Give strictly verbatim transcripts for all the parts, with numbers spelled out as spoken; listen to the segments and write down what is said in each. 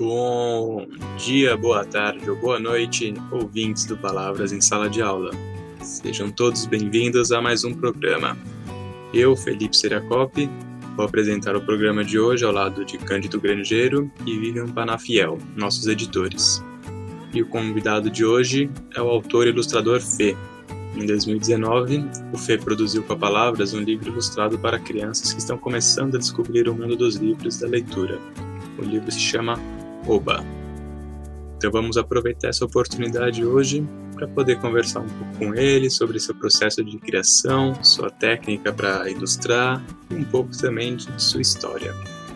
Bom dia, boa tarde ou boa noite, ouvintes do Palavras em Sala de Aula. Sejam todos bem-vindos a mais um programa. Eu, Felipe Seriacopi, vou apresentar o programa de hoje ao lado de Cândido Grangeiro e Vivian Panafiel, nossos editores. E o convidado de hoje é o autor e ilustrador Fê. Em dois mil e dezenove, o Fê produziu com a Palavras um livro ilustrado para crianças que estão começando a descobrir o mundo dos livros e da leitura. O livro se chama Oba. Então vamos aproveitar essa oportunidade hoje para poder conversar um pouco com ele sobre seu processo de criação, sua técnica para ilustrar e um pouco também de sua história.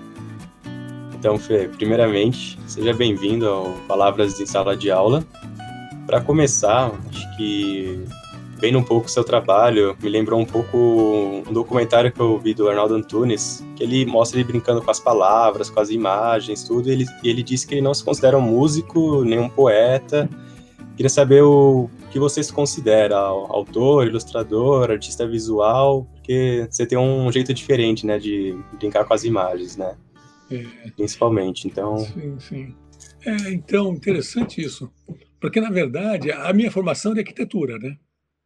Então, Fê, primeiramente, seja bem-vindo ao Palavras em Sala de Aula. Para começar, acho que vendo um pouco o seu trabalho, me lembrou um pouco um documentário que eu vi do Arnaldo Antunes, que ele mostra ele brincando com as palavras, com as imagens, tudo, e ele, ele disse que ele não se considera um músico, nem um poeta. Queria saber o que você se considera, autor, ilustrador, artista visual, porque você tem um jeito diferente, né, de brincar com as imagens, né, é, principalmente, então... Sim, sim. É, então, interessante isso, porque, na verdade, a minha formação é de arquitetura, né?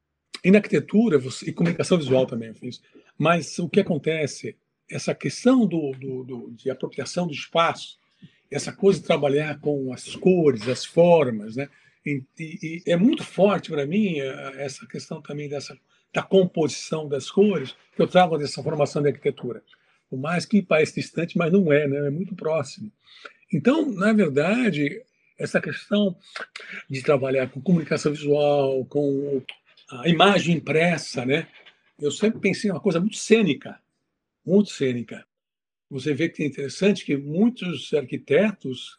E na arquitetura, você, e comunicação visual também eu fiz, mas o que acontece, essa questão do, do, do, de apropriação do espaço, essa coisa de trabalhar com as cores, as formas, né? E, e, e é muito forte para mim essa questão também dessa, da composição das cores, que eu trago dessa formação de arquitetura. Por mais que pareça distante, mas não é, né? É muito próximo. Então, na verdade, essa questão de trabalhar com comunicação visual, com a imagem impressa, né? Eu sempre pensei em uma coisa muito cênica, muito cênica. Você vê que é interessante que muitos arquitetos,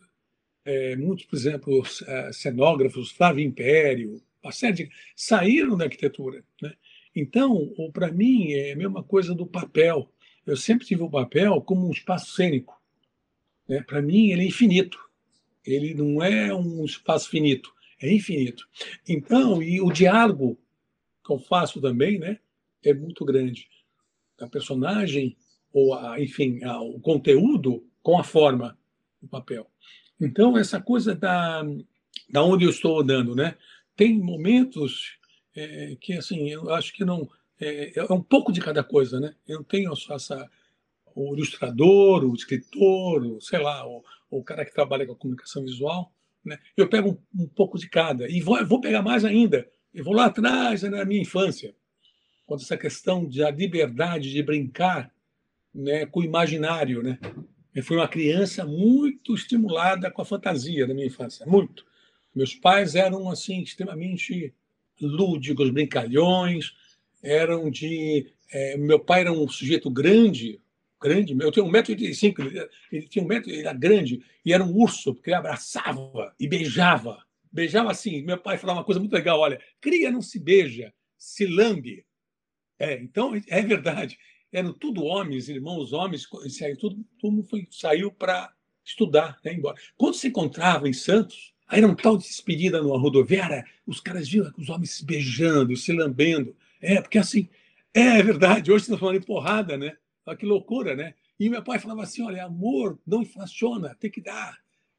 é, muitos, por exemplo, cenógrafos, Flávio Império, uma série de, saíram da arquitetura, né? Então, para mim, é a mesma coisa do papel. Eu sempre tive o papel como um espaço cênico, né? Para mim, ele é infinito. Ele não é um espaço finito, é infinito. Então, e o diálogo que eu faço também, né, é muito grande. A personagem, ou, a, enfim, a, o conteúdo com a forma do papel. Então, essa coisa da, da onde eu estou andando, né? Tem momentos é, que, assim, eu acho que não... É, é um pouco de cada coisa, né? Eu não tenho só essa... O ilustrador, o escritor, o, sei lá, o, o cara que trabalha com a comunicação visual, né? Eu pego um, um pouco de cada. E vou, vou pegar mais ainda. Eu vou lá atrás, na minha infância, quando essa questão da liberdade de brincar, né, com o imaginário, né? Eu fui uma criança muito estimulada com a fantasia na minha infância, muito. Meus pais eram assim extremamente lúdicos, brincalhões, eram de... É, meu pai era um sujeito grande, grande, eu tenho um metro e oitenta e cinco, ele tinha um metro, ele era grande, e era um urso, porque ele abraçava e beijava. Beijava assim, meu pai falava uma coisa muito legal, olha, cria não se beija, se lambe. É, então, é verdade. Eram tudo homens, irmãos homens, saiu, tudo, todo mundo foi, saiu para estudar, né, embora. Quando se encontrava em Santos, aí era um tal de despedida numa rodoviária, os caras viam os homens se beijando, se lambendo. É, porque assim, é, é verdade, hoje estamos falando de porrada, né? Olha que loucura, né? E meu pai falava assim, olha, amor não inflaciona, tem que dar.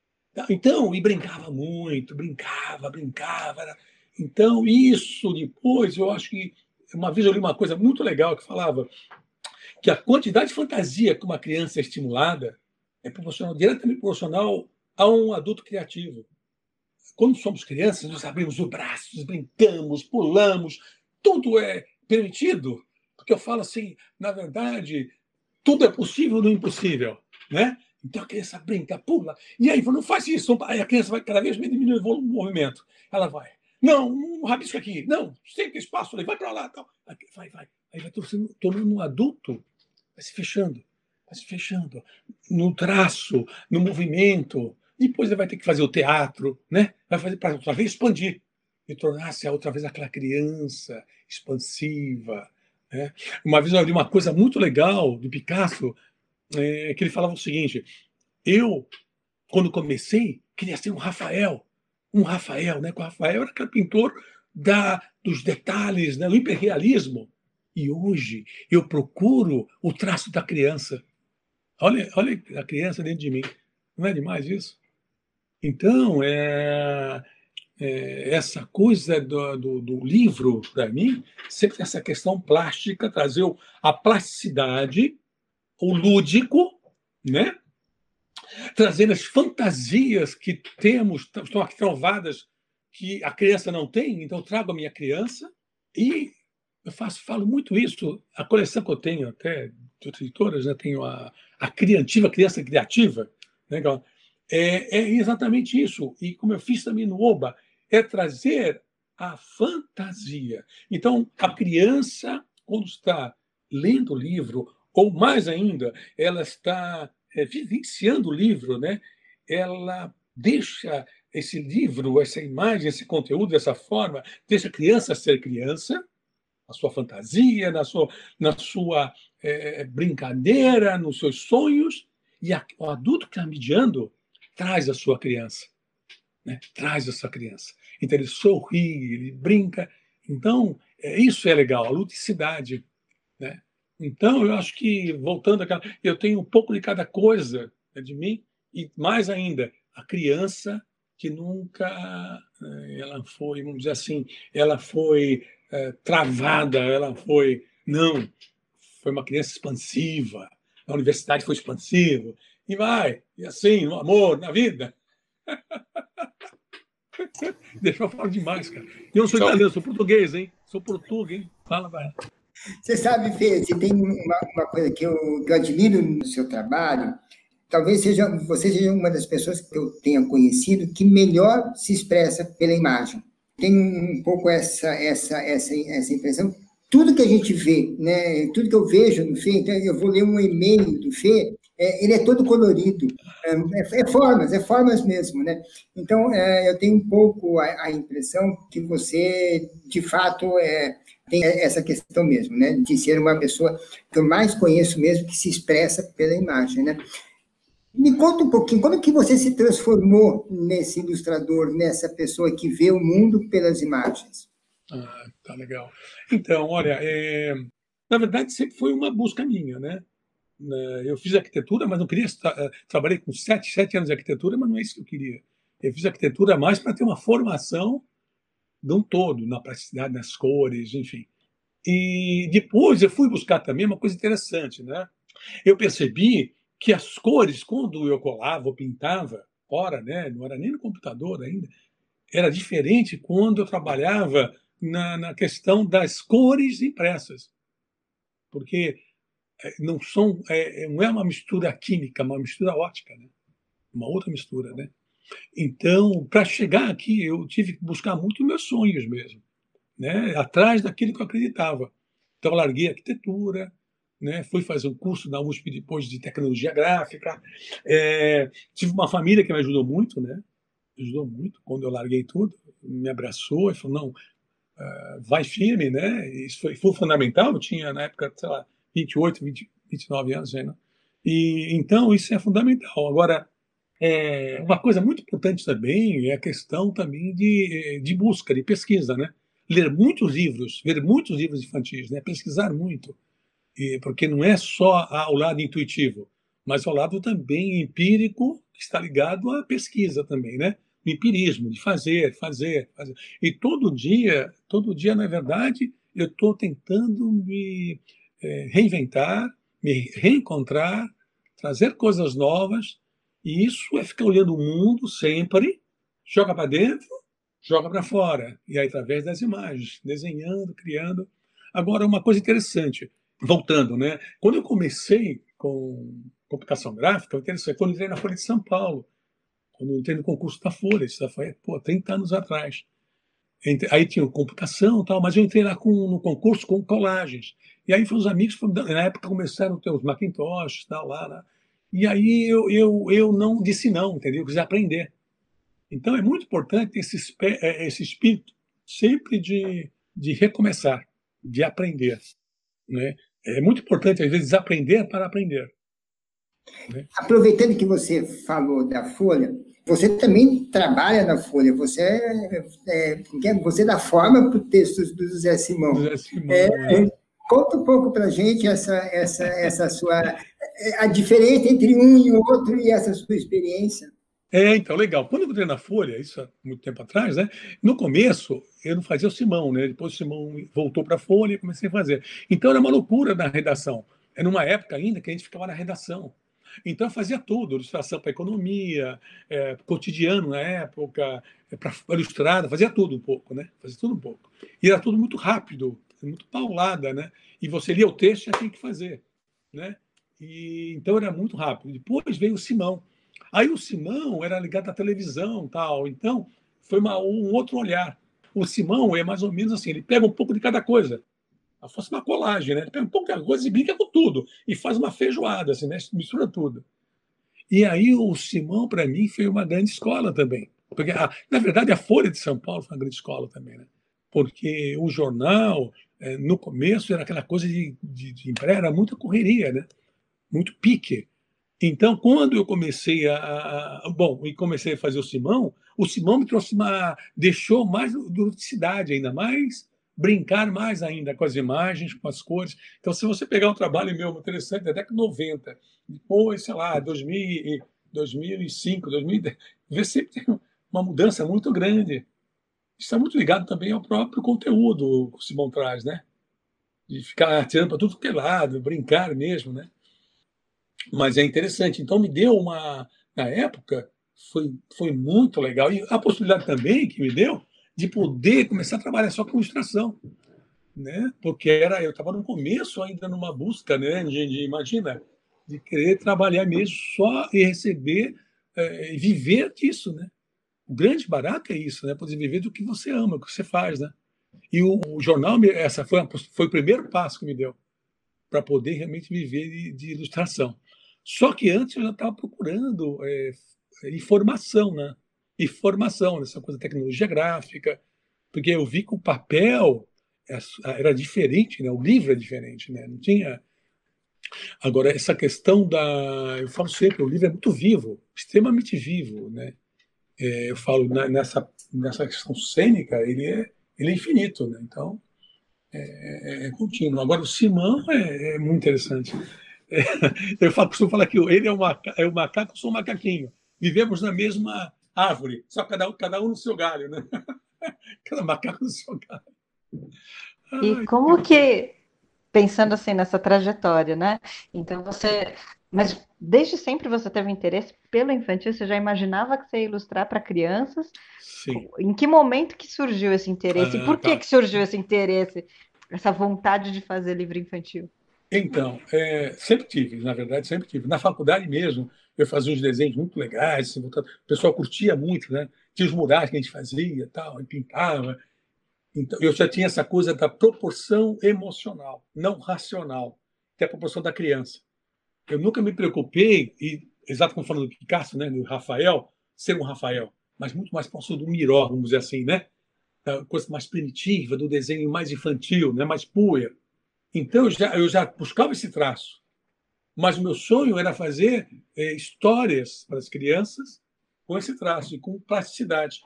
Então, e brincava muito, brincava, brincava. Era... Então, isso depois, eu acho que uma vez eu li uma coisa muito legal que falava que a quantidade de fantasia que uma criança é estimulada é proporcional, diretamente proporcional a um adulto criativo. Quando somos crianças, nós abrimos os braços, brincamos, pulamos, tudo é permitido. Porque eu falo assim, na verdade, tudo é possível no impossível, né? Então a criança brinca, pula, e aí não faz isso. Aí a criança vai cada vez mais diminuir o volume do movimento. Ela vai, não, um rabisco aqui, não, sem que espaço ali, vai para lá, tal. Vai, vai. Aí vai tornando um adulto, vai se fechando, vai se fechando no traço, no movimento. Depois ele vai ter que fazer o teatro, né? Vai fazer para outra vez expandir e tornar-se outra vez aquela criança expansiva. Né? Uma vez eu vi uma coisa muito legal do Picasso, é, que ele falava o seguinte: eu, quando comecei, queria ser um Rafael, um Rafael, né? Com o Rafael era aquele pintor da, dos detalhes, né? Do hiperrealismo. E hoje eu procuro o traço da criança. Olha, olha a criança dentro de mim. Não é demais isso? Então, é, é, essa coisa do, do, do livro, para mim, sempre essa questão plástica, trazer a plasticidade, o lúdico, né? Trazer as fantasias que temos, estão aqui trovadas, que a criança não tem, então eu trago a minha criança e eu faço, falo muito isso. A coleção que eu tenho até de outras editoras, né, tenho a, a Criativa, Criança Criativa, né, é, é exatamente isso. E como eu fiz também no Oba, é trazer a fantasia. Então, a criança, quando está lendo o livro, ou mais ainda, ela está é, vivenciando o livro, né? Ela deixa esse livro, essa imagem, esse conteúdo dessa forma, deixa a criança ser criança, na sua fantasia, na sua, na sua é, brincadeira, nos seus sonhos, e a, o adulto que está mediando traz a sua criança, né? Traz a sua criança. Então ele sorri, ele brinca. Então, é, isso é legal, a ludicidade, né? Então, eu acho que, voltando àquela, eu tenho um pouco de cada coisa, né, de mim, e mais ainda, a criança que nunca ela foi, vamos dizer assim, ela foi é, travada, ela foi. Não, foi uma criança expansiva, a universidade foi expansiva, e vai, e assim, no amor, na vida. Deixa eu falar demais, cara. Eu não sou italiano, sou português, hein? Sou português, hein? Fala, vai. Você sabe, Fê, você tem uma, uma coisa que eu, que eu admiro no seu trabalho. Talvez seja, você seja uma das pessoas que eu tenha conhecido que melhor se expressa pela imagem. Tenho um pouco essa, essa, essa, essa impressão. Tudo que a gente vê, né, tudo que eu vejo no Fê, então eu vou ler um e-mail do Fê, é, ele é todo colorido. É, é formas, é formas mesmo, né? Então, é, eu tenho um pouco a, a impressão que você, de fato, é, tem essa questão mesmo, né? De ser uma pessoa que eu mais conheço mesmo, que se expressa pela imagem, né? Me conta um pouquinho, como é que você se transformou nesse ilustrador, nessa pessoa que vê o mundo pelas imagens? Ah, tá legal. Então, olha, é, na verdade sempre foi uma busca minha, né? Eu fiz arquitetura, mas não queria. Trabalhei com sete, sete anos de arquitetura, mas não é isso que eu queria. Eu fiz arquitetura mais para ter uma formação de um todo, na praticidade, nas cores, enfim. E depois eu fui buscar também uma coisa interessante, né? Eu percebi que as cores, quando eu colava ou pintava, ora, né? Não era nem no computador ainda, era diferente quando eu trabalhava na, na questão das cores impressas, porque não são, é, não é uma mistura química, é uma mistura ótica, né? Uma outra mistura, né? Então, para chegar aqui, eu tive que buscar muito meus sonhos mesmo, né? Atrás daquilo que eu acreditava. Então, eu larguei a arquitetura, né? Fui fazer um curso na U S P depois de tecnologia gráfica. É, tive uma família que me ajudou muito, né? Me ajudou muito quando eu larguei tudo, me abraçou e falou: não, uh, vai firme, né? Isso foi, foi fundamental. Eu tinha, na época, sei lá, vinte e oito, vinte, vinte e nove anos, né? E então isso é fundamental. Agora, é, uma coisa muito importante também é a questão também de, de busca, de pesquisa, né? Ler muitos livros, ver muitos livros infantis, né? Pesquisar muito, e, porque não é só ao lado intuitivo, mas ao lado também empírico, que está ligado à pesquisa também, né? O empirismo, de fazer, fazer, fazer. E todo dia, todo dia, na verdade, eu estou tentando me é, reinventar, me reencontrar, trazer coisas novas, e isso é ficar olhando o mundo sempre, joga para dentro, joga para fora, e aí através das imagens, desenhando, criando. Agora, uma coisa interessante, voltando, né? Quando eu comecei com computação gráfica, interessante, quando eu entrei na Folha de São Paulo, quando eu entrei no concurso da Folha, isso foi pô, trinta anos atrás. Aí tinha computação e tal, mas eu entrei lá com, no concurso com colagens. E aí os amigos, na época, começaram a ter os Macintosh e tal, lá, lá. E aí eu, eu, eu não disse não, entendeu? Eu quis aprender. Então é muito importante esse, esse espírito sempre de, de recomeçar, de aprender, né? É muito importante, às vezes, aprender para aprender, né? Aproveitando que você falou da Folha, você também trabalha na Folha, você, é, é, você dá forma para os textos do José Simão. José Simão, é, é. Conta um pouco para a gente essa, essa, essa sua, a diferença entre um e o outro e essa sua experiência. É, então, legal. Quando eu entrei na Folha, isso há muito tempo atrás, né? No começo, eu não fazia o Simão, né? Depois o Simão voltou para a Folha e comecei a fazer. Então, era uma loucura na redação. Era uma época ainda que a gente ficava na redação. Então, eu fazia tudo, ilustração para economia, é, cotidiano na época, é, para ilustrada, fazia tudo um pouco, né? Fazia tudo um pouco. E era tudo muito rápido, muito paulada, né? E você lia o texto e já tinha que fazer, né? E, então, era muito rápido. Depois veio o Simão. Aí o Simão era ligado à televisão, tal. Então, foi uma, um outro olhar. O Simão é mais ou menos assim, ele pega um pouco de cada coisa. Fosse uma colagem, né? Ele pega um pouco de cada coisa e brinca com tudo. E faz uma feijoada, assim, né? Mistura tudo. E aí o Simão, para mim, foi uma grande escola também. Porque, a, na verdade, a Folha de São Paulo foi uma grande escola também, né? Porque o jornal, é, no começo, era aquela coisa de, de, de imprensa, era muita correria, né? Muito pique. Então, quando eu comecei a, a bom, e comecei a fazer o Simão, o Simão me trouxe uma, deixou mais ludicidade ainda mais, brincar mais ainda com as imagens, com as cores. Então, se você pegar um trabalho meu interessante da década de noventa, depois, sei lá, dois mil, dois mil e cinco, dois mil e dez, você sempre tem uma mudança muito grande. Está muito ligado também ao próprio conteúdo que o Simão traz, né? De ficar atirando para tudo que é lado, brincar mesmo, né? Mas é interessante. Então, me deu uma. Na época, foi, foi muito legal. E a possibilidade também que me deu de poder começar a trabalhar só com ilustração. Né? Porque era, eu estava no começo ainda numa busca, né? de, de, imagina, de querer trabalhar mesmo só e receber é, e viver disso. Né? O grande barato é isso, né? Poder viver do que você ama, do que você faz. Né? E o, o jornal, essa foi, foi o primeiro passo que me deu para poder realmente viver de, de ilustração. Só que antes eu já estava procurando é, informação, né? Informação nessa coisa de tecnologia gráfica, porque eu vi que o papel era diferente, né? O livro é diferente, né? Não tinha. Agora, essa questão da. Eu falo sempre, o livro é muito vivo, extremamente vivo, né? É, eu falo nessa, nessa questão cênica, ele é, ele é infinito, né? Então, é, é contínuo. Agora, o Simão é, é muito interessante. É, eu falo, costumo falar que ele é o, maca, é o macaco, eu sou o macaquinho. Vivemos na mesma árvore, só cada um, cada um no seu galho, né? Cada macaco no seu galho. E Ai, como que, pensando assim nessa trajetória, né? Então você. Mas desde sempre você teve interesse pelo infantil? Você já imaginava que você ia ilustrar para crianças? sim. Em que momento que surgiu esse interesse? E Ah, por que tá. que surgiu esse interesse, essa vontade de fazer livro infantil? Então, é, sempre tive, na verdade, sempre tive. Na faculdade mesmo, eu fazia uns desenhos muito legais, assim, voltado- o pessoal curtia muito, né? Tinha os murais que a gente fazia, tal, e pintava. Então, eu já tinha essa coisa da proporção emocional, não racional, que é a proporção da criança. Eu nunca me preocupei, e exato como falando do Picasso, né, do Rafael, ser um Rafael, mas muito mais próximo do Miró, vamos dizer assim, né? Da coisa mais primitiva, do desenho mais infantil, né, mais puer. Então, eu já, eu já buscava esse traço. Mas o meu sonho era fazer é, histórias para as crianças com esse traço e com plasticidade.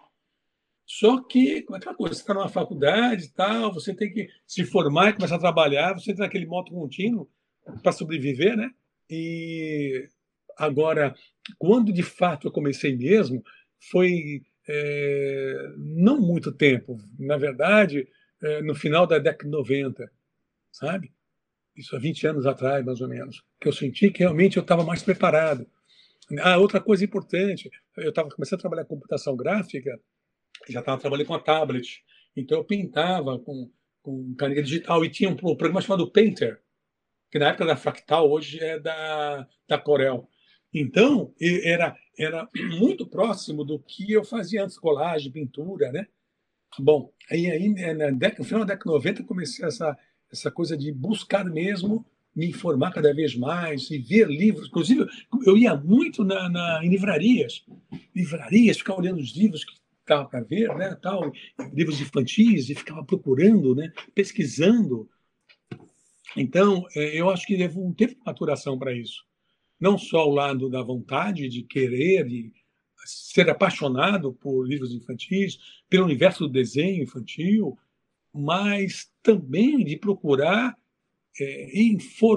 Só que, como é aquela coisa, você está numa faculdade e tal, você tem que se formar e começar a trabalhar, você tem aquele moto contínuo para sobreviver, né? E agora, quando de fato eu comecei mesmo, foi é, não muito tempo. Na verdade, é, no final da década de noventa, sabe? Isso há vinte anos atrás, mais ou menos, que eu senti que realmente eu estava mais preparado. Ah, outra coisa importante, eu estava começando a trabalhar com computação gráfica, já estava trabalhando com a tablet, então eu pintava com, com caneta digital e tinha um programa chamado Painter, que na época da Fractal, hoje é da, da Corel. Então, era, era muito próximo do que eu fazia antes, colagem, pintura, né? Bom, aí, aí na década, no final da década de noventa, comecei essa, essa coisa de buscar mesmo me informar cada vez mais e ver livros. Inclusive, eu ia muito na, na, em livrarias, livrarias, ficava olhando os livros que estava para ver, né, tal, livros infantis, e ficava procurando, né, pesquisando. Então, eu acho que levou um tempo de maturação para isso. Não só o lado da vontade de querer, de ser apaixonado por livros infantis, pelo universo do desenho infantil, mas também de procurar é,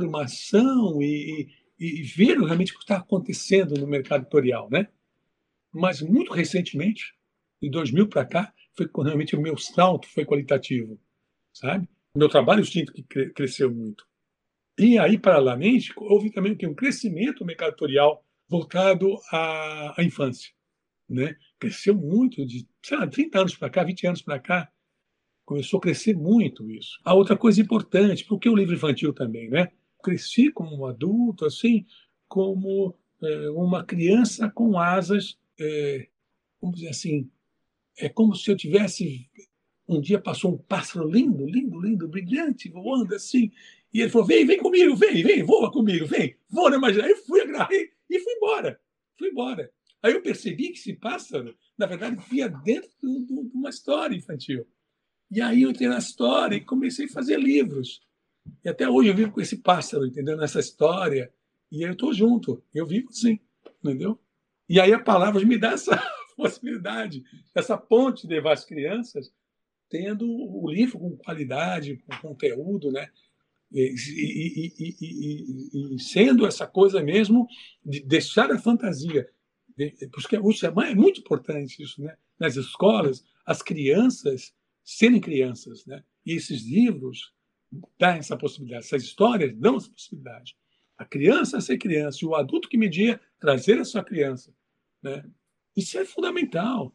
informação e, e ver realmente o que está acontecendo no mercado editorial, né? mas muito recentemente, de dois mil para cá, foi quando realmente o meu salto foi qualitativo, sabe? O meu trabalho, eu sinto que cre- cresceu muito. E aí, paralelamente, houve também um crescimento mercatorial voltado à, à infância, né? Cresceu muito, de, sei lá, trinta anos para cá, vinte anos para cá, começou a crescer muito isso. A outra coisa importante, porque o livro infantil também, né? Cresci como um adulto, assim, como é, uma criança com asas, é, vamos dizer assim, é como se eu tivesse um dia passou um pássaro lindo, lindo, lindo, brilhante, voando assim, e ele falou: vem, vem comigo, vem, vem, voa comigo, vem, voa, não imagina. Aí eu fui, agarrei e fui embora, fui embora. Aí eu percebi que esse pássaro, na verdade, via dentro de de uma história infantil. E aí eu entrei na história e comecei a fazer livros. E até hoje eu vivo com esse pássaro, entendeu? Nessa história. E eu estou junto, eu vivo assim, entendeu? E aí a palavra me dá essa possibilidade, essa ponte de levar as crianças tendo o livro com qualidade, com conteúdo, né? E, e, e, e, e sendo essa coisa mesmo de deixar a fantasia. Porque é muito importante isso, né? Nas escolas, as crianças serem crianças, né? E esses livros dão essa possibilidade, essas histórias dão essa possibilidade. A criança ser criança e o adulto que media trazer a sua criança, né? Isso é fundamental,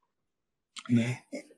né?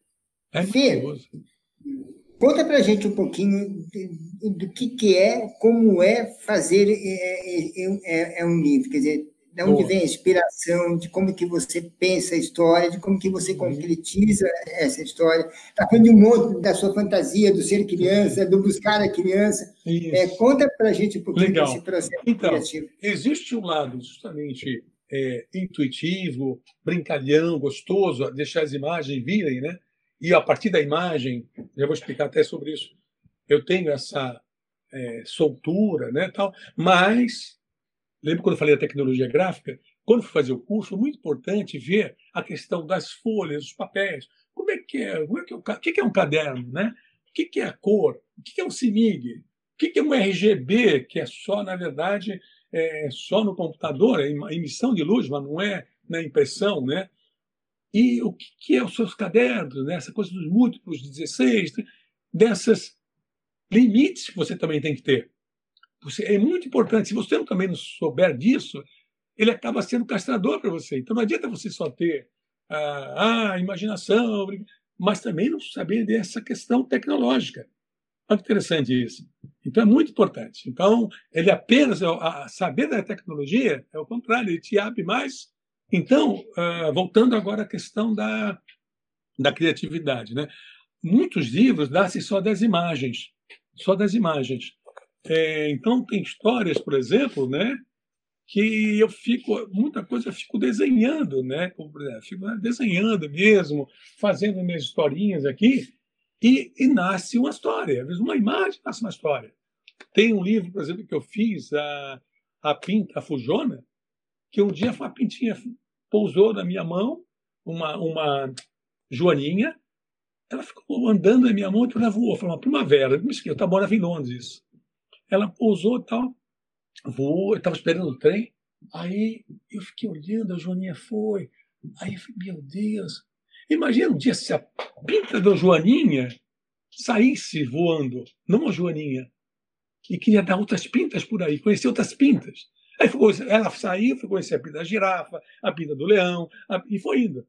É Fê, maravilhoso. conta para a gente um pouquinho do que, que é, como é fazer é, é, é um livro, quer dizer, de onde Boa. vem a inspiração, de como que você pensa a história, de como que você concretiza essa história. Está falando de um monte da sua fantasia, do ser criança, do buscar a criança. É, conta para a gente um pouquinho Legal. desse processo então, criativo. Existe um lado justamente é, intuitivo, brincalhão, gostoso, deixar as imagens virem, né? E a partir da imagem, já vou explicar até sobre isso, eu tenho essa é, soltura, né, tal, mas lembra quando eu falei da tecnologia gráfica? Quando fui fazer o curso, muito importante ver a questão das folhas, dos papéis. Como é que é? Como é que é o, o que é um caderno, né? O que é a cor? O que é um C I M I G? O que é um R G B, que é só, na verdade, é só no computador, é emissão de luz, mas não é na impressão, né? E o que é os seus cadernos, né? Essa coisa dos múltiplos de dezesseis, dessas limites que você também tem que ter. Você, é muito importante. Se você também não souber disso, ele acaba sendo castrador para você. Então não adianta você só ter a, a imaginação, mas também não saber dessa questão tecnológica. Olha que interessante isso. Então é muito importante. Então, ele apenas, a saber da tecnologia, é o contrário, ele te abre mais. Então, uh, voltando agora à questão da, da criatividade, né? Muitos livros nascem só das imagens, só das imagens. É, então, tem histórias, por exemplo, né, que eu fico, muita coisa eu fico desenhando, né? Eu fico desenhando mesmo, fazendo minhas historinhas aqui, e, e nasce uma história. Às vezes, uma imagem nasce uma história. Tem um livro, por exemplo, que eu fiz, a, a Pinta a Fujona, que um dia a pintinha pousou na minha mão, uma, uma joaninha, ela ficou andando na minha mão e ela voou. Foi uma primavera, eu estava morando em Londres, isso. Ela pousou e tal, voou, eu estava esperando o trem, aí eu fiquei olhando, a joaninha foi, aí eu falei, meu Deus, imagina um dia se a pinta da joaninha saísse voando, não a joaninha, e queria dar outras pintas por aí, conhecer outras pintas. Aí ficou, ela saiu, foi conhecer a pinta da girafa, a pinta do leão, a, e foi indo.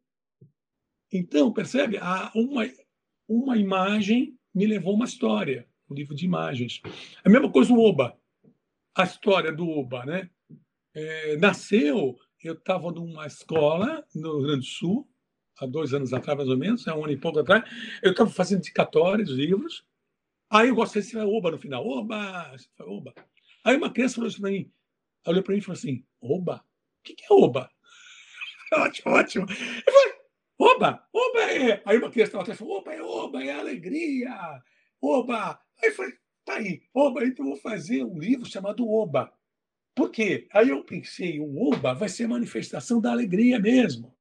Então, percebe? Há uma, uma imagem me levou a uma história, um livro de imagens. A mesma coisa o Oba, a história do Oba, né? É, nasceu, eu estava numa escola no Rio Grande do Sul, há dois anos atrás, mais ou menos, há um ano e pouco atrás, eu estava fazendo indicatórios, livros, aí eu gostei de ser Oba no final, Oba, Oba. Aí uma criança falou isso para mim, olhou para mim e falou assim, Oba? O que é Oba? Ótimo, ótimo. Eu falei, Oba, Oba é... Aí uma criança estava atrás e falou, Oba é Oba, é alegria, Oba. Aí eu falei, tá aí, Oba, então eu vou fazer um livro chamado Oba. Por quê? Aí eu pensei, o Oba vai ser manifestação da alegria mesmo.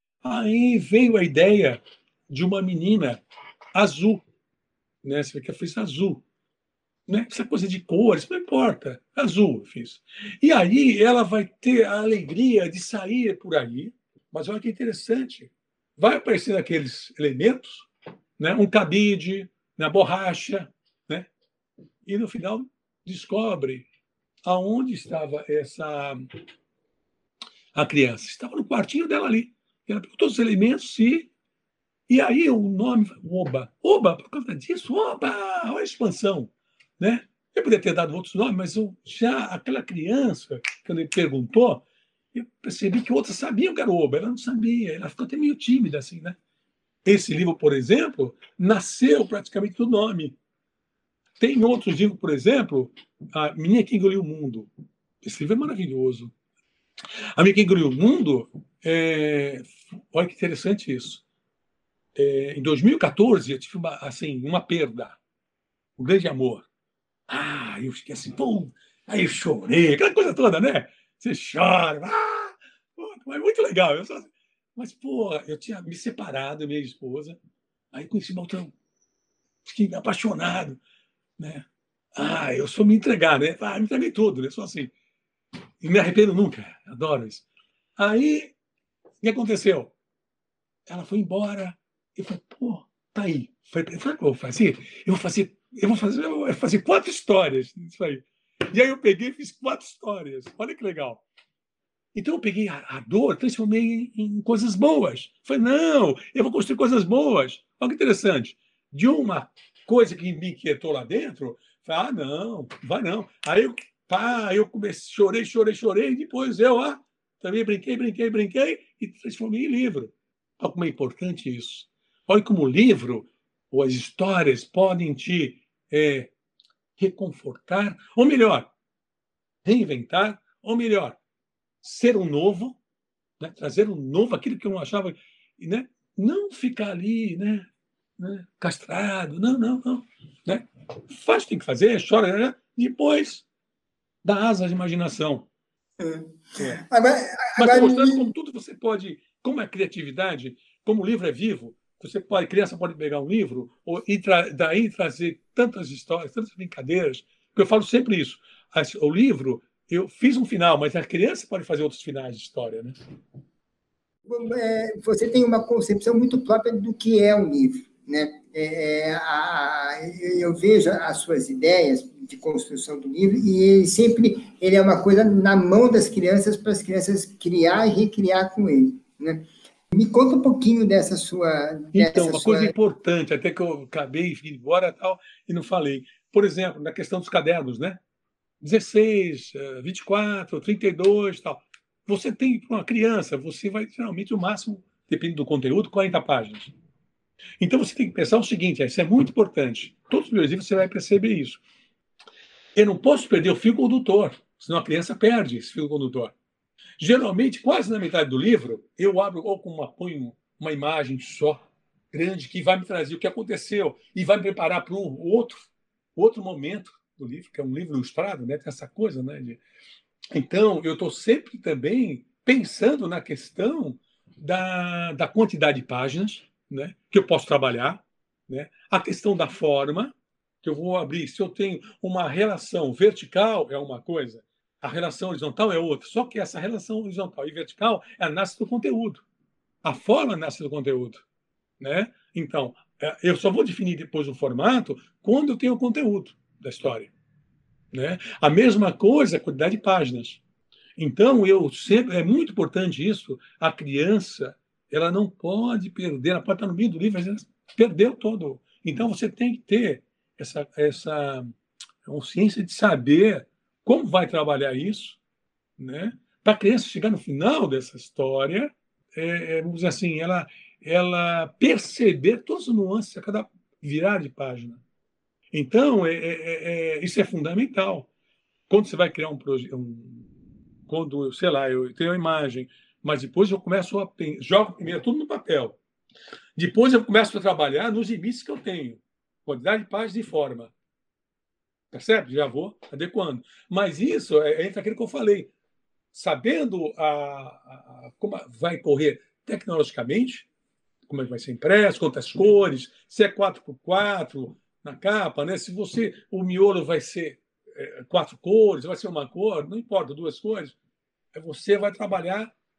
Aí veio a ideia de uma menina azul, né? Você vê que eu fiz azul. Né? Essa coisa de cores, não importa, azul eu fiz. E aí ela vai ter a alegria de sair por aí, Mas olha que interessante. Vai aparecendo aqueles elementos, né? Um cabide, na borracha, né? E no final descobre aonde estava essa a criança. Estava no quartinho dela ali. Ela pegou todos os elementos e e aí o nome Oba, Oba, por causa disso, Oba, olha a expansão, né? Eu poderia ter dado outros nomes, mas eu, já aquela criança, quando ele perguntou, eu percebi que outras sabiam que era o Oba, ela não sabia, ela ficou até meio tímida assim, né? Esse livro, por exemplo, nasceu praticamente do nome. Tem outros livros, por exemplo, A Menina que Engoliu o Mundo. Esse livro é maravilhoso. A Menina que Engoliu o Mundo, é... olha que interessante isso. É, em dois mil e quatorze, eu tive uma, assim, uma perda, um grande amor. Ah, eu fiquei assim, pum, aí eu chorei, aquela coisa toda, né? Você chora, ah, pô, é muito legal. Eu só, mas, pô, eu tinha me separado da minha esposa, aí conheci o Baltrão, fiquei apaixonado, né? Ah, eu sou me entregar, né? Ah, me entreguei tudo, né? Só assim. E me arrependo nunca, adoro isso. Aí, o que aconteceu? Ela foi embora, eu falei, pô, tá aí. Falei, sabe o que eu vou fazer? Eu vou fazer, eu vou fazer, eu vou fazer quatro histórias disso aí. E aí eu peguei e fiz quatro histórias. Olha que legal. Então eu peguei a, a dor, transformei em, em coisas boas. Falei, não, eu vou construir coisas boas. Olha que interessante. De uma coisa que me inquietou lá dentro, falei, ah, não, vai não. Aí eu, pá, eu comecei, chorei, chorei, chorei, e depois eu ah, também brinquei, brinquei, brinquei, e transformei em livro. Olha como é importante isso. Olha como o livro ou as histórias podem te é, reconfortar, ou melhor, reinventar, ou melhor, ser um novo, né? Trazer um novo, aquilo que eu não achava, né? Não ficar ali, né? né? Castrado, não, não, não. Né? Faz o que tem que fazer, chora, né? Depois dá asas à imaginação. É. Agora, Mas estou agora mostrando me- como tudo você pode, como a criatividade, como o livro é vivo, você pode, criança pode pegar um livro ou, e tra, daí trazer tantas histórias, tantas brincadeiras, porque eu falo sempre isso. As, o livro, eu fiz um final, mas a criança pode fazer outros finais de história, né? é, você tem uma concepção muito própria do que é um livro, né? É, é, a- eu vejo as suas ideias de construção do livro e ele sempre ele é uma coisa na mão das crianças para as crianças criar e recriar com ele, né? Me conta um pouquinho dessa sua Então, dessa uma coisa sua importante, até que eu acabei de ir embora tal, e não falei. Por exemplo, na questão dos cadernos, né? dezesseis, eh, vinte e quatro, trinta e dois, tal. Você tem, para uma criança, você vai, geralmente, o máximo, depende do conteúdo, quarenta páginas. Então, você tem que pensar o seguinte, isso é muito importante. Todos os meus livros você vai perceber isso. Eu não posso perder o fio condutor, senão a criança perde esse fio condutor. Geralmente, quase na metade do livro, eu abro ou com uma, ponho uma imagem só, grande, que vai me trazer o que aconteceu e vai me preparar para um outro, outro momento do livro, que é um livro ilustrado, né? Tem essa coisa, né? De... Então, eu estou sempre também pensando na questão da, da quantidade de páginas, né? Que eu posso trabalhar, né? A questão da forma, que eu vou abrir. Se eu tenho uma relação vertical, é uma coisa, a relação horizontal é outra. Só que essa relação horizontal e vertical ela nasce do conteúdo. A forma nasce do conteúdo, né? Então, eu só vou definir depois o formato quando eu tenho o conteúdo da história, né? A mesma coisa, a quantidade de páginas. Então, eu sempre é muito importante isso. A criança, ela não pode perder, ela pode estar no meio do livro, mas ela perdeu todo. Então, você tem que ter essa essa consciência de saber como vai trabalhar isso, né? Para a criança chegar no final dessa história, é, é, vamos dizer assim, ela, ela perceber todas as nuances a cada virar de página. Então, é, é, é, isso é fundamental. Quando você vai criar um projeto, um, quando, sei lá, eu tenho uma imagem, mas depois eu começo a jogo primeiro tudo no papel. Depois eu começo a trabalhar nos limites que eu tenho, quantidade de páginas e forma. Percebe? Já vou adequando. Mas isso é entre aquilo que eu falei. Sabendo a, a, como vai correr tecnologicamente, como é que vai ser impresso, quantas cores, se é quatro por quatro na capa, né? Se você o miolo vai ser é, quatro cores, vai ser uma cor, não importa, duas cores, você vai trabalhar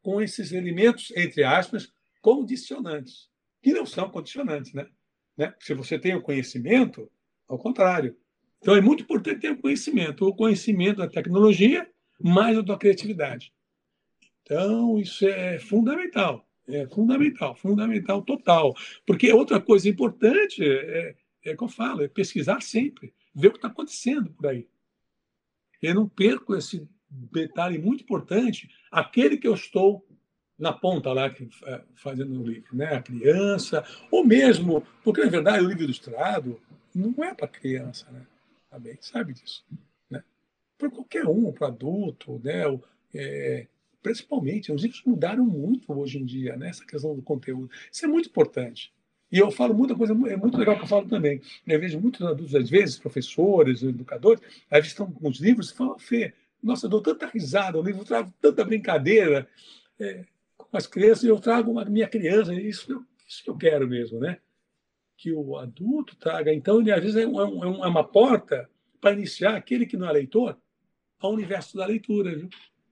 com esses elementos, entre aspas, condicionantes, que não são condicionantes, né? né? Se você tem o conhecimento, ao contrário. Então, é muito importante ter o conhecimento, o conhecimento da tecnologia, mais a da criatividade. Então, isso é fundamental, é fundamental, fundamental total. Porque outra coisa importante é, é que eu falo, é pesquisar sempre, ver o que está acontecendo por aí. Eu não perco esse detalhe muito importante, aquele que eu estou na ponta lá, fazendo o livro, né? A criança, ou mesmo, porque, na verdade, o livro ilustrado não é para criança, né? Também sabe disso, né? Para qualquer um, para adulto, né? É, principalmente, os livros mudaram muito hoje em dia, né? Essa questão do conteúdo. Isso é muito importante. E eu falo muita coisa, é muito legal que eu falo também. Eu vejo muitos adultos, às vezes, professores, educadores, às vezes estão com os livros e falam, Fê, nossa, eu dou tanta risada, o livro traz tanta brincadeira é, com as crianças, eu trago a minha criança, isso, isso que eu quero mesmo, né? Que o adulto traga. Então, ele, às vezes, é, um, é uma porta para iniciar aquele que não é leitor ao universo da leitura, viu?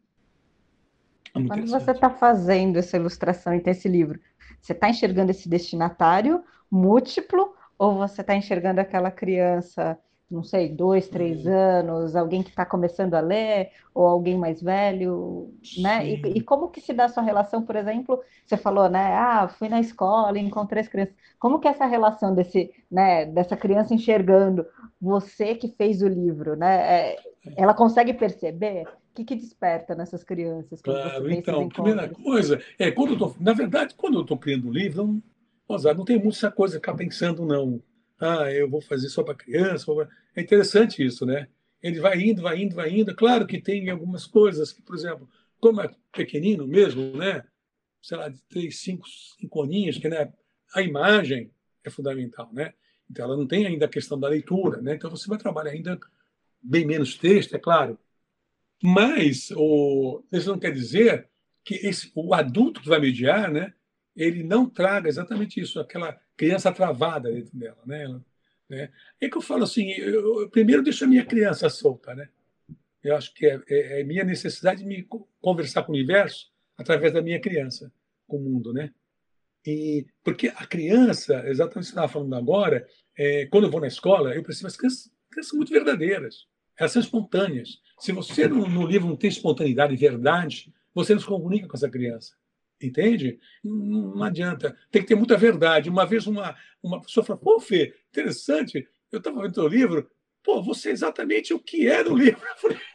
É muito Quando você está fazendo essa ilustração e tem esse livro, você está enxergando esse destinatário múltiplo ou você está enxergando aquela criança, não sei, dois, três anos, alguém que está começando a ler ou alguém mais velho, né? E, e como que se dá a sua relação, por exemplo, você falou, né? Ah, fui na escola e encontrei as crianças. Como que é essa relação desse, né, dessa criança enxergando você que fez o livro, né? É, ela consegue perceber? O que, que desperta nessas crianças quando Claro, você tem então, esses primeira encontros? coisa, é, quando eu tô, na verdade, quando eu estou criando um livro, não, nossa, não tem muita coisa de ficar pensando, não. Ah, eu vou fazer só para criança. vou- É interessante isso, né? Ele vai indo, vai indo, vai indo. Claro que tem algumas coisas que, por exemplo, como é pequenino mesmo, né? Sei lá, de três, cinco, cinco aninhos, que né, a imagem é fundamental, né? Então, ela não tem ainda a questão da leitura, né? Então, você vai trabalhar ainda bem menos texto, é claro, mas o, isso não quer dizer que esse, o adulto que vai mediar, né, ele não traga exatamente isso, aquela criança travada dentro dela. Né, ela, né? É que eu falo assim, eu, eu primeiro deixo a minha criança solta. Né? Eu acho que é, é, é minha necessidade de me conversar com o universo através da minha criança, com o mundo. Né? E, porque a criança, exatamente o que você estava falando agora, é, quando eu vou na escola, eu percebo as crianças, crianças são muito verdadeiras. Elas são espontâneas. Se você no, no livro não tem espontaneidade e verdade, você não se comunica com essa criança. Entende? Não, não adianta. Tem que ter muita verdade. Uma vez uma, uma pessoa falou, pô, Fê, interessante, eu estava vendo o teu livro, pô, você é exatamente o que é no livro. Eu falei,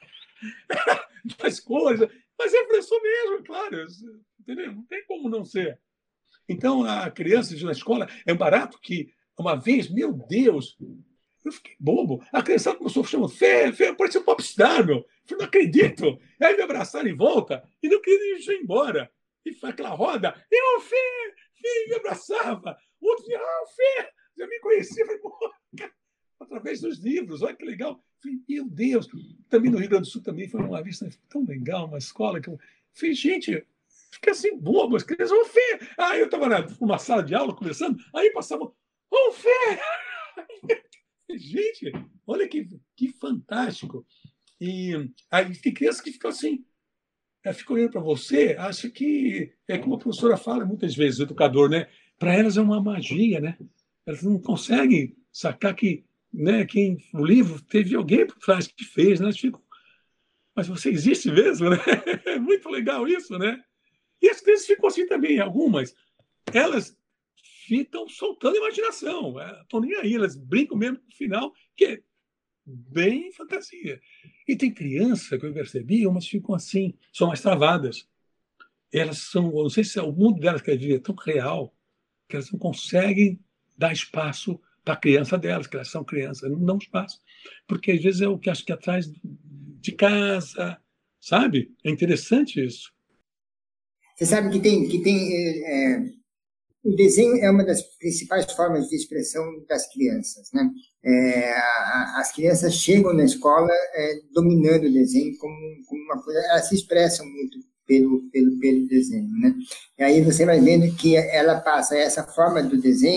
faz coisa. Mas é professor mesmo, claro. Entendeu? Não tem como não ser. Então, a criança na escola é um barato que, uma vez, meu Deus, eu fiquei bobo. A criança começou a chamar, Fê, Fê, parece um popstar, meu. Eu falei, não acredito. Aí me abraçaram em volta e não queria ir embora. E foi aquela roda, e o Fê, Fê, me abraçava. O outro dizia, ah, Fê, já me conhecia. Eu falei, pô, através dos livros, olha que legal. Eu falei, meu Deus. Também no Rio Grande do Sul também foi uma vista tão legal, uma escola que eu falei, gente, fica assim bobo, as crianças, ô Fê! Aí eu estava numa sala de aula conversando, aí passava, ô Fê! Gente, olha que, que fantástico. E aí tem crianças que ficam assim, ficam olhando para você, acha que, é como a professora fala muitas vezes, o educador, né? Para elas é uma magia, né? Elas não conseguem sacar que, né, quem o livro teve alguém por trás que fez, né? Elas ficam, mas você existe mesmo, né? É muito legal isso, né? E as crianças ficam assim também, algumas. Elas ficam soltando a imaginação. Estão nem aí, elas brincam mesmo no final, que é bem fantasia. E tem criança que eu percebi, umas ficam assim, são mais travadas. Elas são, eu não sei se é o mundo delas que vive é tão real, que elas não conseguem dar espaço para a criança delas, que elas são crianças, não dão espaço. Porque às vezes é o que acho que atrás de casa, sabe? É interessante isso. Você sabe que tem, que tem é, o desenho é uma das principais formas de expressão das crianças, né? É, a, as crianças chegam na escola é, dominando o desenho como, como uma coisa, elas se expressam muito pelo, pelo, pelo desenho, né? E aí você vai vendo que ela passa essa forma do desenho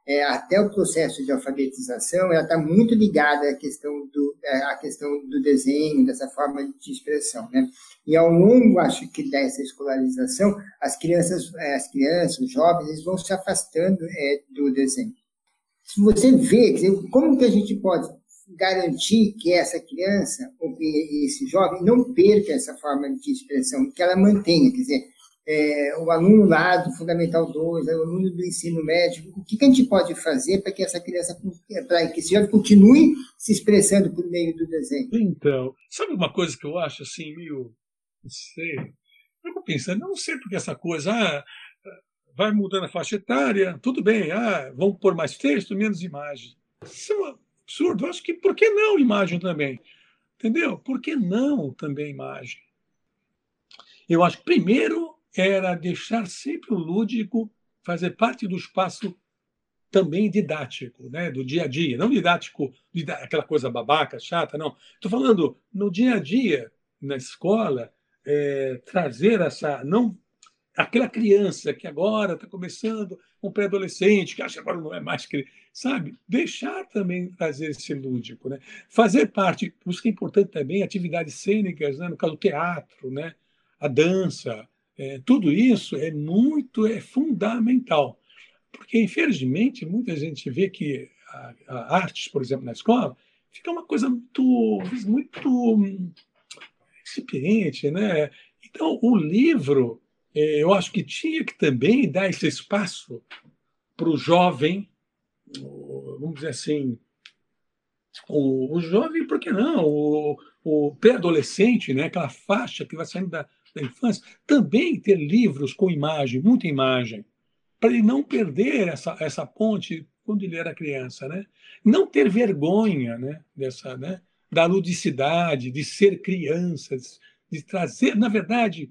é, até o processo de alfabetização, ela está muito ligada à questão do, é, à questão do desenho, dessa forma de expressão, né? E ao longo, acho que dessa escolarização, as crianças, as crianças, os jovens, eles vão se afastando é, do desenho. Se você vê, quer dizer, como que a gente pode garantir que essa criança, ou que esse jovem, não perca essa forma de expressão, que ela mantenha, quer dizer, é, o aluno lá do Fundamental dois, o aluno do ensino médio, o que, que a gente pode fazer para que essa criança, para que esse jovem continue se expressando por meio do desenho? Então, sabe uma coisa que eu acho assim, meio, não sei, eu fico pensando, não sei porque essa coisa, ah, vai mudando a faixa etária, tudo bem, ah, vamos pôr mais texto, menos imagem. Isso é um absurdo, eu acho que por que não imagem também? Entendeu? Por que não também imagem? Eu acho que primeiro era deixar sempre o lúdico fazer parte do espaço também didático, né, do dia a dia, não didático, aquela coisa babaca, chata, não. Estou falando no dia a dia, na escola, é, trazer essa, não aquela criança que agora está começando, um pré-adolescente, que acha que agora não é mais criança, sabe? Deixar também trazer esse lúdico, né? Fazer parte, por isso que é importante também, atividades cênicas, né? No caso do teatro, né? A dança, é, tudo isso é muito, é fundamental. Porque, infelizmente, muita gente vê que a, a artes, por exemplo, na escola, fica uma coisa muito, muito incipiente, né? Então, o livro, eu acho que tinha que também dar esse espaço para o jovem, vamos dizer assim, o, o jovem, por que não? O, o pré-adolescente, né? Aquela faixa que vai saindo da, da infância, também ter livros com imagem, muita imagem, para ele não perder essa, essa ponte quando ele era criança, né? Não ter vergonha, né? Dessa, né? Da ludicidade, de ser crianças, de trazer, na verdade,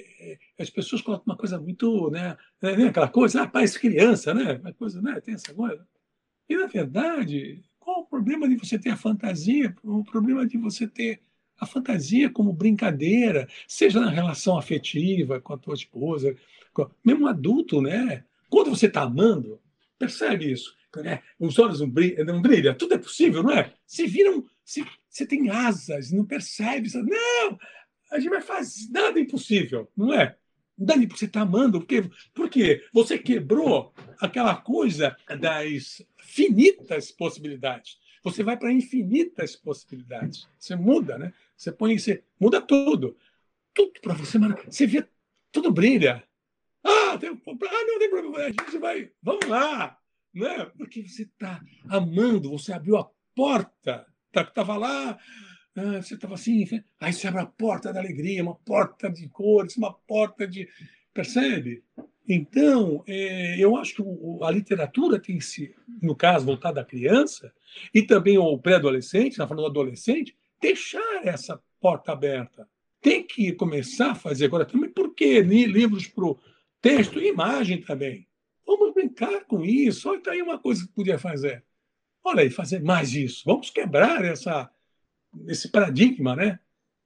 as pessoas colocam uma coisa muito, né, né aquela coisa, ah, parece criança, né, uma coisa, né, tem essa coisa. E na verdade, qual o problema de você ter a fantasia? O problema de você ter a fantasia como brincadeira, seja na relação afetiva com a tua esposa, com, mesmo adulto, né? Quando você está amando, percebe isso, né? Os olhos não brilham, não brilham, tudo é possível, não é? Se viram, se você tem asas, não percebe, você, não. A gente vai fazer nada impossível, não é? Dani, você está amando, porque, porque você quebrou aquela coisa das finitas possibilidades. Você vai para infinitas possibilidades. Você muda, né? Você põe, você muda tudo. Tudo para você, mano. Você vê, tudo brilha. Ah, tem, ah, não tem problema, a gente vai, vamos lá. Né? Porque você está amando, você abriu a porta, estava lá. Ah, você estava assim, aí você abre a porta da alegria, uma porta de cores, uma porta de... Percebe? Então, é, eu acho que o, a literatura tem se, no caso, voltada à criança, e também ao pré-adolescente, está falando do adolescente, deixar essa porta aberta. Tem que começar a fazer agora também, porque livros para o texto e imagem também. Vamos brincar com isso. Olha, está aí uma coisa que podia fazer. Olha aí, fazer mais isso. Vamos quebrar essa... esse paradigma, né?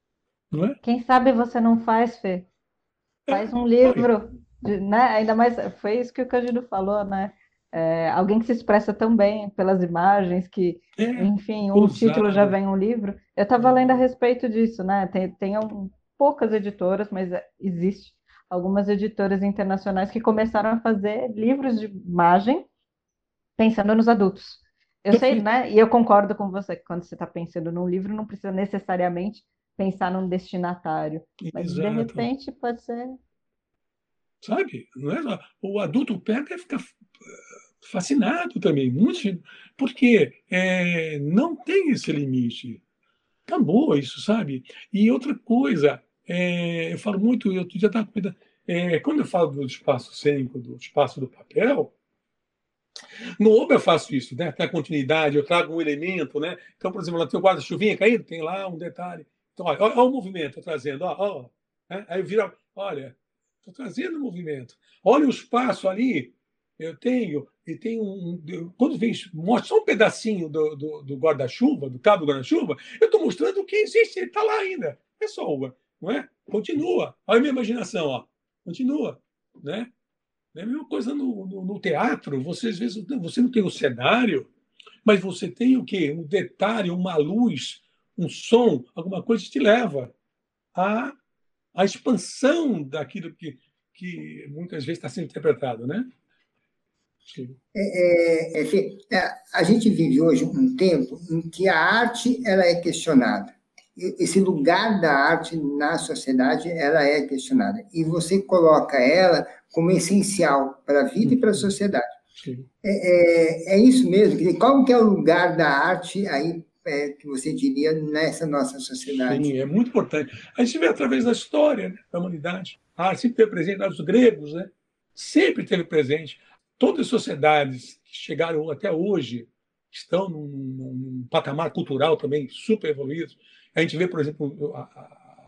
Não é? Quem sabe você não faz, Fê? Faz um livro, de, né? Ainda mais, foi isso que o Cândido falou, né? É, alguém que se expressa tão bem pelas imagens, que, é, enfim, um ousado. Título já vem um livro. Eu estava lendo a respeito disso, né? Tem, tem um, poucas editoras, mas existe algumas editoras internacionais que começaram a fazer livros de imagem pensando nos adultos. Eu sei, né? E eu concordo com você que quando você está pensando num livro, não precisa necessariamente pensar num destinatário. Mas, exato. De repente, pode ser... Sabe? Não é? O adulto pega e fica fascinado também. Muito, porque é, não tem esse limite. Acabou isso, sabe? E outra coisa, é, eu falo muito, eu já estava cuidando... É, quando eu falo do espaço cênico, do espaço do papel... No Oba eu faço isso, né? Tem a continuidade, eu trago um elemento, né? Então, por exemplo, lá tem o guarda-chuvinha caído, tem lá um detalhe. Então, olha, olha o movimento, estou trazendo, ó, ó, né? Aí eu viro, olha, estou trazendo o movimento. Olha o espaço ali, eu tenho, e tem um. Quando vem, mostra só um pedacinho do, do, do guarda-chuva, do cabo do guarda-chuva, eu estou mostrando que existe, ele está lá ainda. É só Oba, não é? Continua. Olha a minha imaginação, ó. Continua, né? É a mesma coisa no, no, no teatro. Você, às vezes, você não tem o cenário, mas você tem o quê? Um detalhe, uma luz, um som, alguma coisa que te leva à, à expansão daquilo que, que muitas vezes está sendo interpretado, né? Sim. É, é, Fê, é, a gente vive hoje um tempo em que a arte ela é questionada. Esse lugar da arte na sociedade ela é questionada. E você coloca ela como essencial para a vida e para a sociedade. Sim. É, é, é isso mesmo. Quer dizer, qual que é o lugar da arte aí é, que você diria nessa nossa sociedade? Sim, é muito importante. A gente vê através da história, né, da humanidade. A arte sempre teve presente, os gregos, né? Sempre teve presente. Todas as sociedades que chegaram até hoje estão num, num patamar cultural também super evoluído. A gente vê, por exemplo, a, a,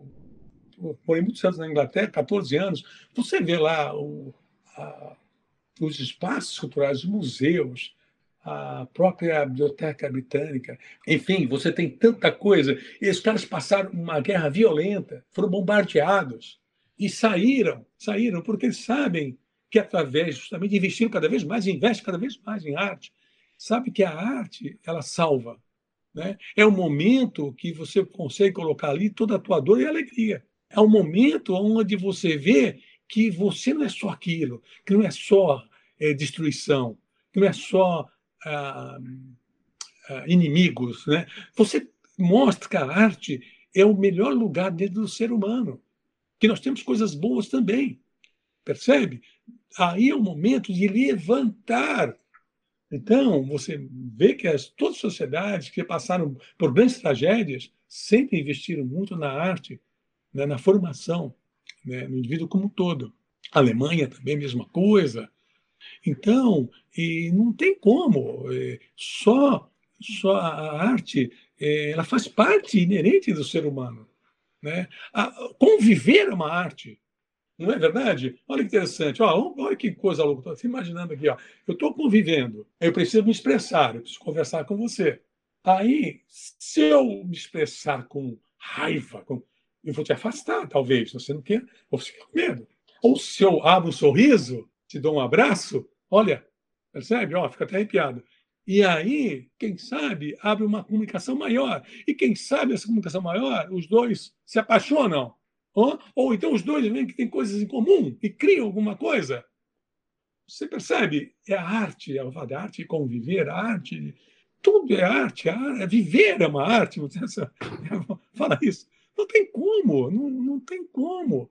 morei muitos anos na Inglaterra, catorze anos, você vê lá o, a, os espaços culturais, os museus, a própria Biblioteca Britânica. Enfim, você tem tanta coisa. E os caras passaram uma guerra violenta, foram bombardeados e saíram, saíram porque eles sabem que através justamente de investir cada vez mais, investe cada vez mais em arte, sabe que a arte ela salva, né? É um momento que você consegue colocar ali toda a tua dor e alegria. É um momento onde você vê que você não é só aquilo, que não é só é, destruição, que não é só ah, ah, inimigos, né? Você mostra que a arte é o melhor lugar dentro do ser humano, que nós temos coisas boas também, percebe? Aí é o momento de levantar. Então, você vê que as, todas as sociedades que passaram por grandes tragédias sempre investiram muito na arte, né, na formação, né, no indivíduo como um todo. A Alemanha também, a mesma coisa. Então, e não tem como. É, só, só a arte é, ela faz parte inerente do ser humano. Né? A, conviver é uma arte. Não é verdade? Olha que interessante. Ó, olha que coisa louca. Estou imaginando aqui. Ó. Eu estou convivendo. Eu preciso me expressar. Eu preciso conversar com você. Aí, se eu me expressar com raiva, com... eu vou te afastar, talvez. Você não quer, ou você fica com medo. Ou se eu abro um sorriso, te dou um abraço, olha, percebe? Ó, fica até arrepiado. E aí, quem sabe, abre uma comunicação maior. E quem sabe essa comunicação maior, os dois se apaixonam. Ou, ou então os dois veem que têm coisas em comum e criam alguma coisa. Você percebe? É a arte, é a arte de conviver, a arte. Tudo é arte, a arte, viver é uma arte. Fala isso. Não tem como, não, não tem como.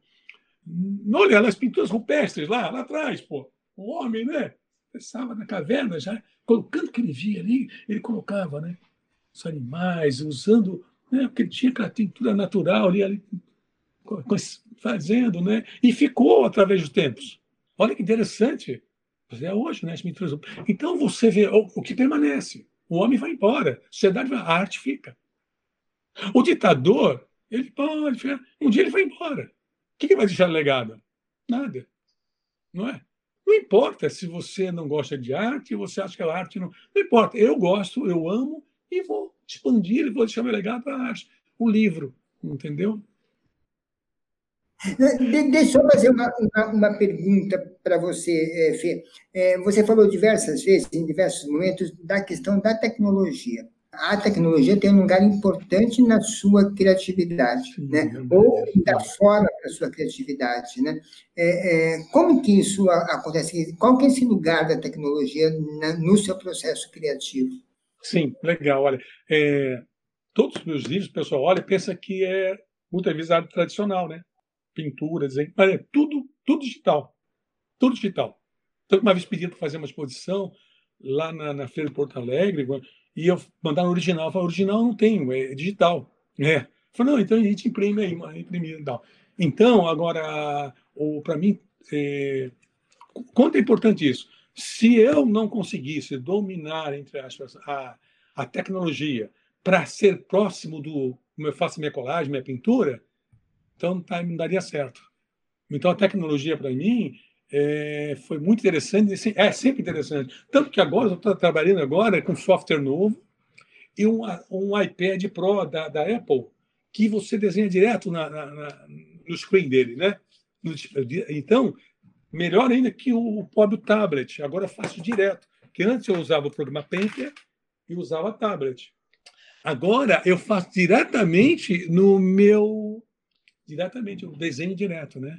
Olha nas pinturas rupestres lá, lá atrás, pô. O homem, né? Pensava na caverna já, colocando o que ele via ali, ele colocava, né? Os animais, usando, né? Porque ele tinha aquela tintura natural ali, ali fazendo, né? E ficou através dos tempos. Olha que interessante. É hoje, né? As pinturas. Então você vê o, o que permanece. O homem vai embora, a sociedade vai, a arte fica. O ditador, ele pode, um dia ele vai embora. O que, que vai deixar legado? Nada. Não é? Não importa se você não gosta de arte, você acha que a arte não. Não importa. Eu gosto, eu amo e vou expandir e vou deixar meu legado para a arte. O livro, entendeu? De, deixa eu fazer uma, uma, uma pergunta para você, Fê. É, você falou diversas vezes, em diversos momentos, da questão da tecnologia. A tecnologia tem um lugar importante na sua criatividade, sim, né? Ou da forma para a sua criatividade, né? É, é, como que isso acontece? Qual que é esse lugar da tecnologia na, no seu processo criativo? Sim, legal. Olha, é, todos os meus livros, o pessoal olha e pensa que é muitas vezes arte tradicional, né? Pintura, desenho, mas é tudo, tudo digital. Tudo digital. Então, uma vez pediram para fazer uma exposição lá na, na Feira de Porto Alegre, e eu mandaram original. Eu falei, original não tenho, é digital. É. Eu falei, não, então a gente imprime aí, imprime e tal. Então, agora, para mim, é, quanto é importante isso? Se eu não conseguisse dominar, entre aspas, a, a tecnologia para ser próximo do como eu faço minha colagem, minha pintura, então tá, não daria certo. Então, a tecnologia, para mim, é, foi muito interessante, é sempre interessante. Tanto que agora, eu estou trabalhando agora com software novo e um, um iPad Pro da, da Apple, que você desenha direto na, na, na, no screen dele, né? Então, Melhor ainda que o, o pobre tablet. Agora eu faço direto. Que antes eu usava o programa Painter e usava tablet. Agora eu faço diretamente no meu... Diretamente, o desenho direto, né?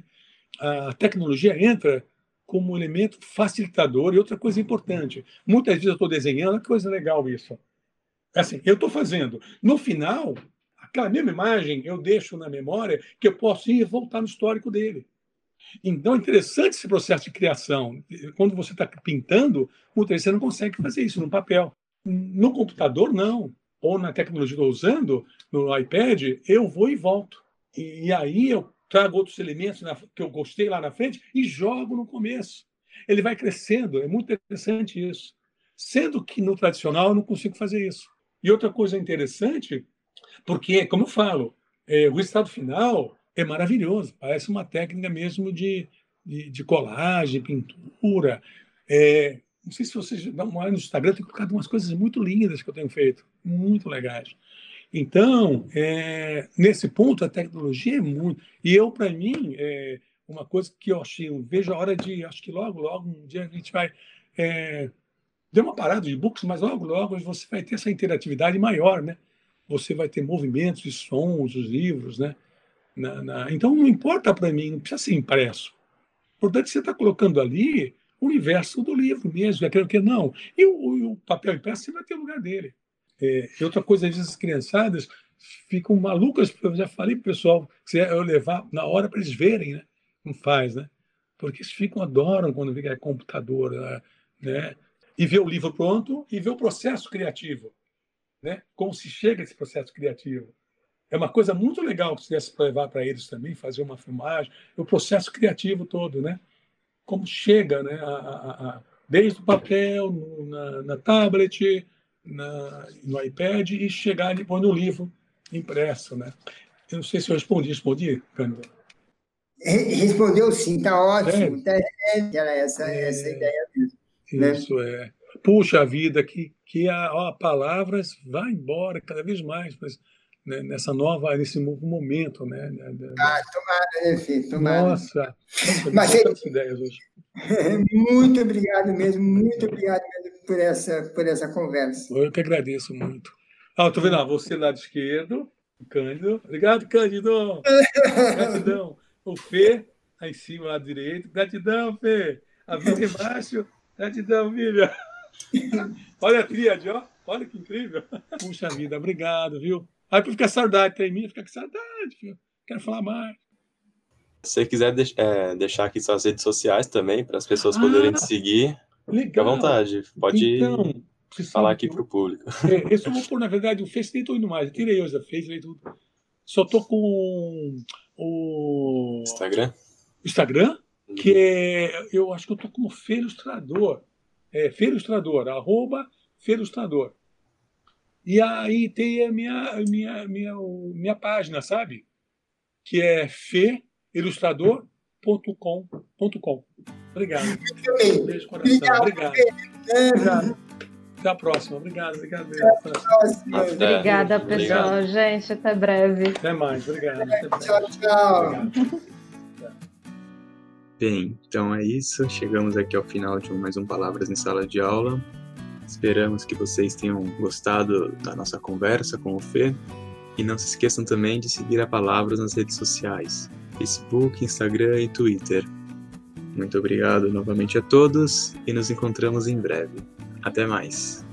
A tecnologia entra como elemento facilitador. E outra coisa importante, muitas vezes eu estou desenhando, que coisa legal isso. Assim, eu estou fazendo. No final, aquela mesma imagem eu deixo na memória que eu posso ir e voltar no histórico dele. Então, é interessante esse processo de criação. Quando você está pintando, muitas vezes você não consegue fazer isso no papel. No computador, não. Ou na tecnologia que eu estou usando, no iPad, eu vou e volto. E, e aí eu trago outros elementos na, que eu gostei lá na frente e jogo no começo. Ele vai crescendo, é muito interessante isso. Sendo que no tradicional eu não consigo fazer isso. E outra coisa interessante, porque, como eu falo, é, o resultado final é maravilhoso, parece uma técnica mesmo de, de, de colagem, pintura. É, não sei se vocês dão uma olhada no Instagram, tem colocado umas coisas muito lindas que eu tenho feito, muito legais. Então, é, nesse ponto, a tecnologia é muito... E eu, para mim, é uma coisa que eu achei, eu vejo a hora de... Acho que logo, logo, um dia a gente vai... É, deu uma parada de e-books, mas logo, logo você vai ter essa interatividade maior, né? Você vai ter movimentos e sons, os livros, né? Na, na... Então, não importa para mim, não precisa ser impresso. O importante é que você está colocando ali o universo do livro mesmo, é aquilo que não. E o, o papel impresso você vai ter o lugar dele. É, e outra coisa, às vezes as criançadas ficam malucas, porque eu já falei para o pessoal que eu levar na hora para eles verem, né? Não faz, né? Porque eles ficam, adoram quando vê que é computador, né? E ver o livro pronto e ver o processo criativo, né? Como se chega a esse processo criativo. É uma coisa muito legal que se desse para levar para eles também, fazer uma filmagem, o processo criativo todo, né? Como chega, né? A, a, a, desde o papel, no, na, na tablet, na, no iPad e chegar depois no livro impresso, né? Eu não sei se eu respondi, respondi, Cândido? Respondeu sim, está ótimo. É. Era essa, é, essa ideia mesmo. Isso, né? É. Puxa vida, que, que a, ó, palavras vai embora cada vez mais, mas, né, nessa nova, nesse novo momento, né? Ah, tomara, né, Fê? Tomara. Nossa, nossa, mas tantas ideias hoje. Muito obrigado mesmo, muito obrigado mesmo por essa, por essa conversa. Eu que agradeço muito. Ah, estou vendo, ah, você lado esquerdo, Cândido. Obrigado, Cândido. Gratidão. O Fê, aí em cima, lado direito. Gratidão, Fê. A Vivian embaixo. Gratidão, Vivian. Olha a tríade, ó. Olha que incrível. Puxa vida, obrigado, viu? Aí para ficar saudade, tem mim, fica com saudade, viu? Quero falar mais. Se você quiser deix- é, deixar aqui suas redes sociais também, para as pessoas ah, poderem te seguir, legal. Fique à vontade. Pode então, falar aqui para o público. É, eu só vou pôr, na verdade, o Face nem estou indo mais. Eu tirei hoje da Face, tirei tudo. Só estou com o... Instagram? Instagram, uhum. Que é... Eu acho que eu estou como Fê Ilustrador. É, Fê Ilustrador, arroba Fê Ilustrador. E aí tem a minha, minha, minha, minha página, sabe? Que é fê ilustrador ponto com ponto com. Obrigado. Um beijo, coração. Obrigado. Obrigado. Obrigado. Até a próxima. Obrigado. Obrigado. Até a próxima. Até. Obrigada, pessoal. Obrigado. Gente, até breve. Até mais. Obrigado. Até breve. Tchau, tchau. Obrigado. Bem, então é isso. Chegamos aqui ao final de mais um Palavras em Sala de Aula. Esperamos que vocês tenham gostado da nossa conversa com o Fê. E não se esqueçam também de seguir a Palavras nas redes sociais, Facebook, Instagram e Twitter. Muito obrigado novamente a todos e nos encontramos em breve. Até mais!